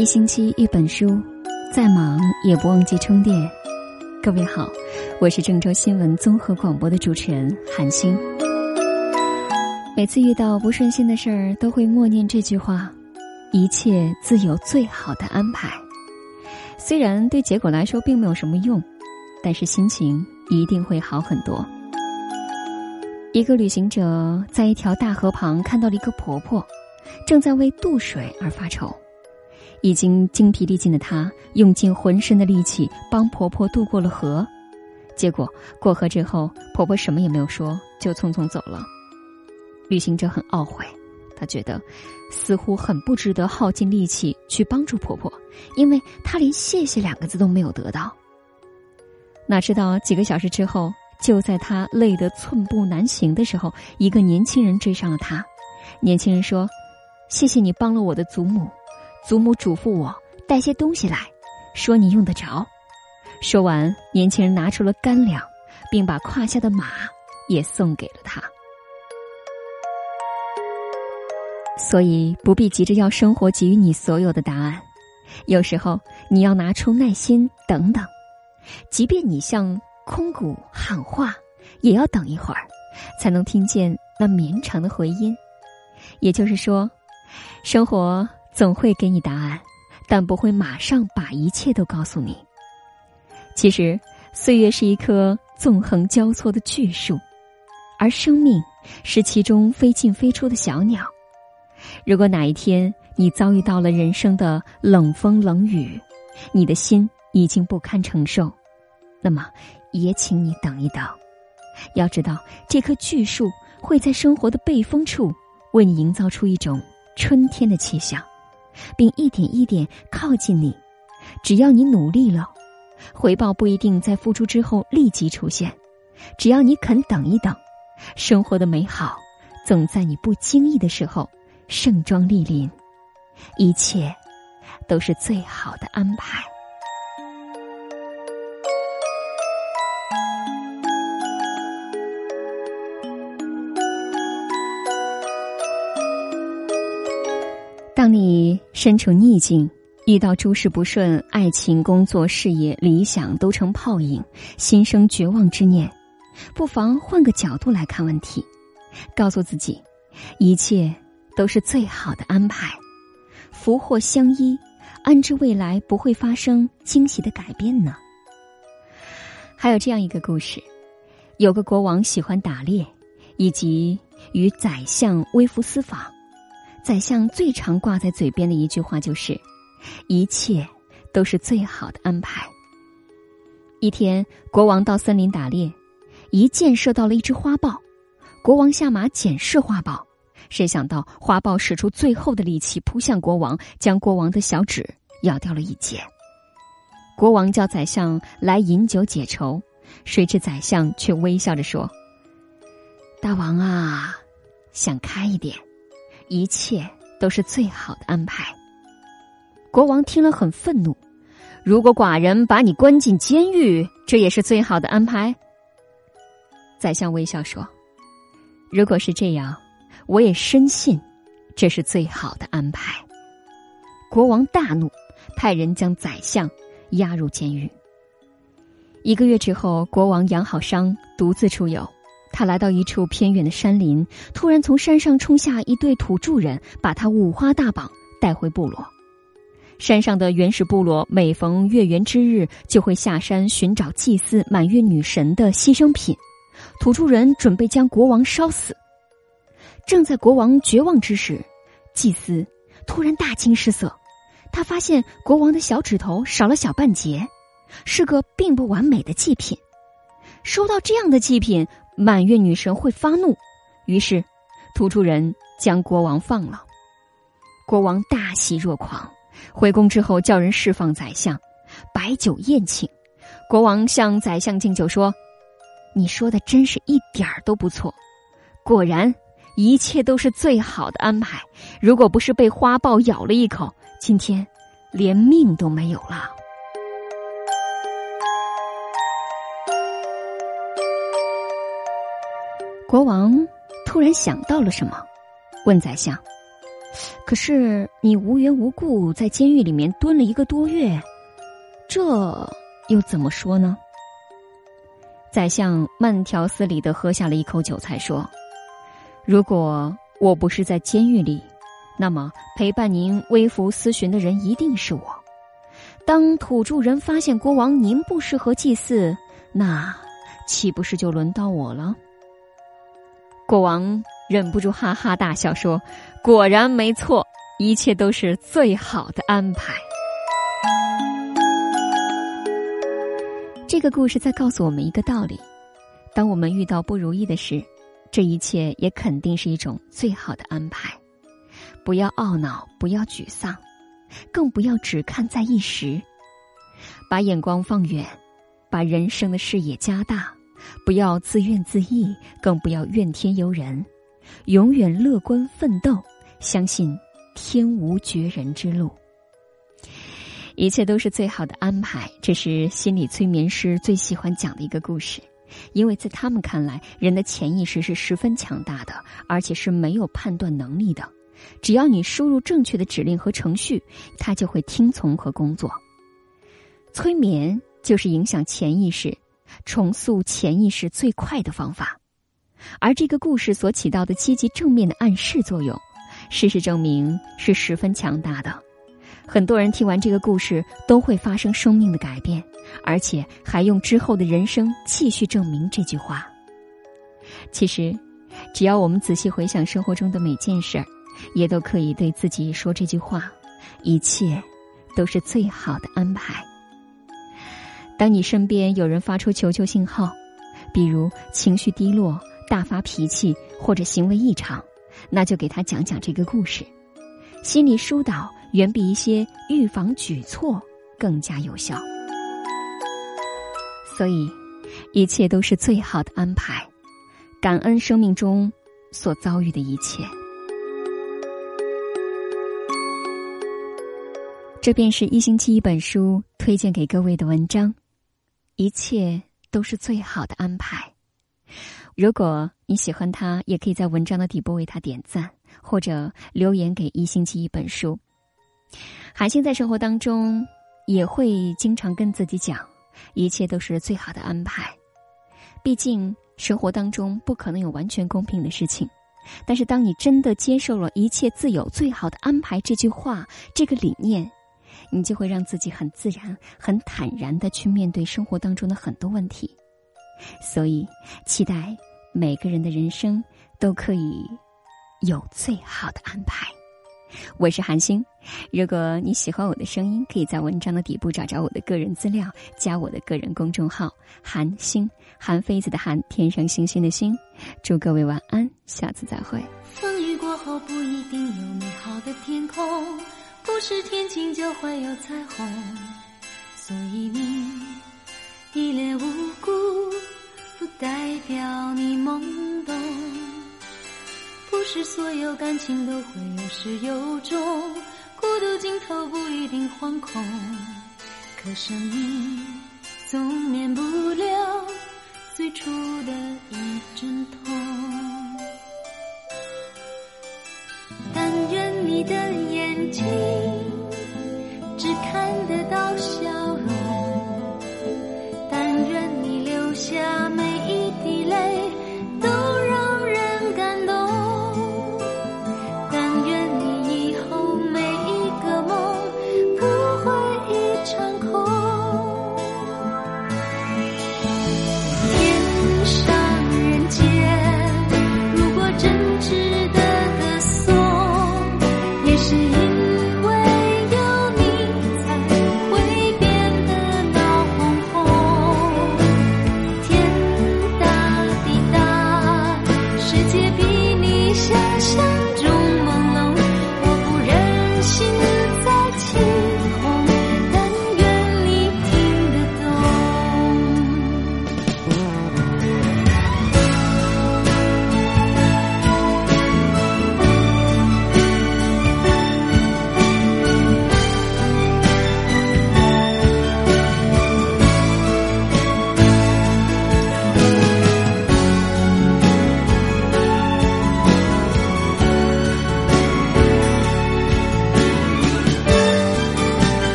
一星期一本书，再忙也不忘记充电。各位好，我是郑州新闻综合广播的主持人韩星。每次遇到不顺心的事儿，都会默念这句话：一切自有最好的安排。虽然对结果来说并没有什么用，但是心情一定会好很多。一个旅行者在一条大河旁看到了一个婆婆，正在为渡水而发愁。已经精疲力尽的她用尽浑身的力气帮婆婆渡过了河，结果过河之后，婆婆什么也没有说，就匆匆走了。旅行者很懊悔，他觉得似乎很不值得耗尽力气去帮助婆婆，因为她连谢谢2个字都没有得到。哪知道几个小时之后，就在她累得寸步难行的时候，一个年轻人追上了她。年轻人说：谢谢你帮了我的祖母，祖母嘱咐我带些东西来，说你用得着。说完，年轻人拿出了干粮，并把胯下的马也送给了他。所以不必急着要生活给予你所有的答案，有时候你要拿出耐心等等，即便你向空谷喊话，也要等一会儿，才能听见那绵长的回音。也就是说，生活总会给你答案，但不会马上把一切都告诉你。其实，岁月是一棵纵横交错的巨树，而生命是其中飞进飞出的小鸟。如果哪一天你遭遇到了人生的冷风冷雨，你的心已经不堪承受，那么也请你等一等。要知道，这棵巨树会在生活的背风处为你营造出一种春天的气象，并一点一点靠近你。只要你努力了，回报不一定在付出之后立即出现，只要你肯等一等，生活的美好总在你不经意的时候盛装莅临，一切都是最好的安排。当你身处逆境，遇到诸事不顺，爱情、工作、事业、理想都成泡影，心生绝望之念，不妨换个角度来看问题，告诉自己，一切都是最好的安排，福祸相依，安知未来不会发生惊喜的改变呢？还有这样一个故事，有个国王喜欢打猎，以及与宰相微服私访。宰相最常挂在嘴边的一句话就是一切都是最好的安排。一天，国王到森林打猎，一箭射到了一只花豹。国王下马检视花豹，谁想到花豹使出最后的力气扑向国王，将国王的小指咬掉了一截。国王叫宰相来饮酒解愁，谁知宰相却微笑着说：大王啊，想开一点，一切都是最好的安排。国王听了很愤怒，如果寡人把你关进监狱，这也是最好的安排？宰相微笑说：如果是这样，我也深信这是最好的安排。国王大怒，派人将宰相押入监狱。1个月之后，国王养好伤，独自出游。他来到一处偏远的山林，突然从山上冲下一队土著人，把他五花大绑带回部落。山上的原始部落每逢月圆之日，就会下山寻找祭祀满月女神的牺牲品。土著人准备将国王烧死。正在国王绝望之时，祭司突然大惊失色，他发现国王的小指头少了小半截，是个并不完美的祭品。收到这样的祭品，满月女神会发怒，于是土著人将国王放了。国王大喜若狂，回宫之后叫人释放宰相，摆酒宴请。国王向宰相敬酒说：你说的真是一点儿都不错，果然一切都是最好的安排，如果不是被花豹咬了一口，今天连命都没有了。国王突然想到了什么，问宰相： 可是你无缘无故在监狱里面蹲了1个多月，这又怎么说呢？宰相慢条斯理地喝下了一口酒才说，如果我不是在监狱里，那么陪伴您微服私巡的人一定是我。当土著人发现国王您不适合祭祀，那岂不是就轮到我了？国王忍不住哈哈大笑说，果然没错，一切都是最好的安排。这个故事在告诉我们一个道理，当我们遇到不如意的事，这一切也肯定是一种最好的安排。不要懊恼，不要沮丧，更不要只看在一时，把眼光放远，把人生的视野加大，不要自怨自艾，更不要怨天尤人，永远乐观奋斗，相信天无绝人之路。一切都是最好的安排，这是心理催眠师最喜欢讲的一个故事，因为在他们看来，人的潜意识是十分强大的，而且是没有判断能力的。只要你输入正确的指令和程序，它就会听从和工作。催眠就是影响潜意识、重塑潜意识最快的方法，而这个故事所起到的积极正面的暗示作用，事实证明是十分强大的。很多人听完这个故事都会发生生命的改变，而且还用之后的人生继续证明这句话。其实，只要我们仔细回想生活中的每件事儿，也都可以对自己说这句话：一切都是最好的安排。当你身边有人发出求救信号，比如情绪低落、大发脾气或者行为异常，那就给他讲讲这个故事。心理疏导远比一些预防举措更加有效。所以，一切都是最好的安排，感恩生命中所遭遇的一切。这便是一星期一本书推荐给各位的文章，一切都是最好的安排。如果你喜欢它，也可以在文章的底部为它点赞，或者留言给一星期一本书。韩星在生活当中也会经常跟自己讲，一切都是最好的安排。毕竟生活当中不可能有完全公平的事情，但是当你真的接受了一切自有最好的安排这句话，这个理念，你就会让自己很自然、很坦然地去面对生活当中的很多问题。所以，期待每个人的人生都可以有最好的安排。我是韩星，如果你喜欢我的声音，可以在文章的底部找找我的个人资料，加我的个人公众号韩星，韩非子的韩，天上星星的星。祝各位晚安，下次再会。 风雨过后不一定有美好的天空，不是天晴就会有彩虹，所以你一脸无辜不代表你懵懂，不是所有感情都会有始有终，孤独尽头不一定惶恐，可生命总免不了最初的一阵痛。但愿你的眼睛只看得到笑容，但愿你流下每一滴泪都让人感动，但愿你以后每一个梦不会一场空。天上人间，如果真值得歌颂，也是因为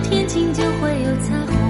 天晴就会有彩虹。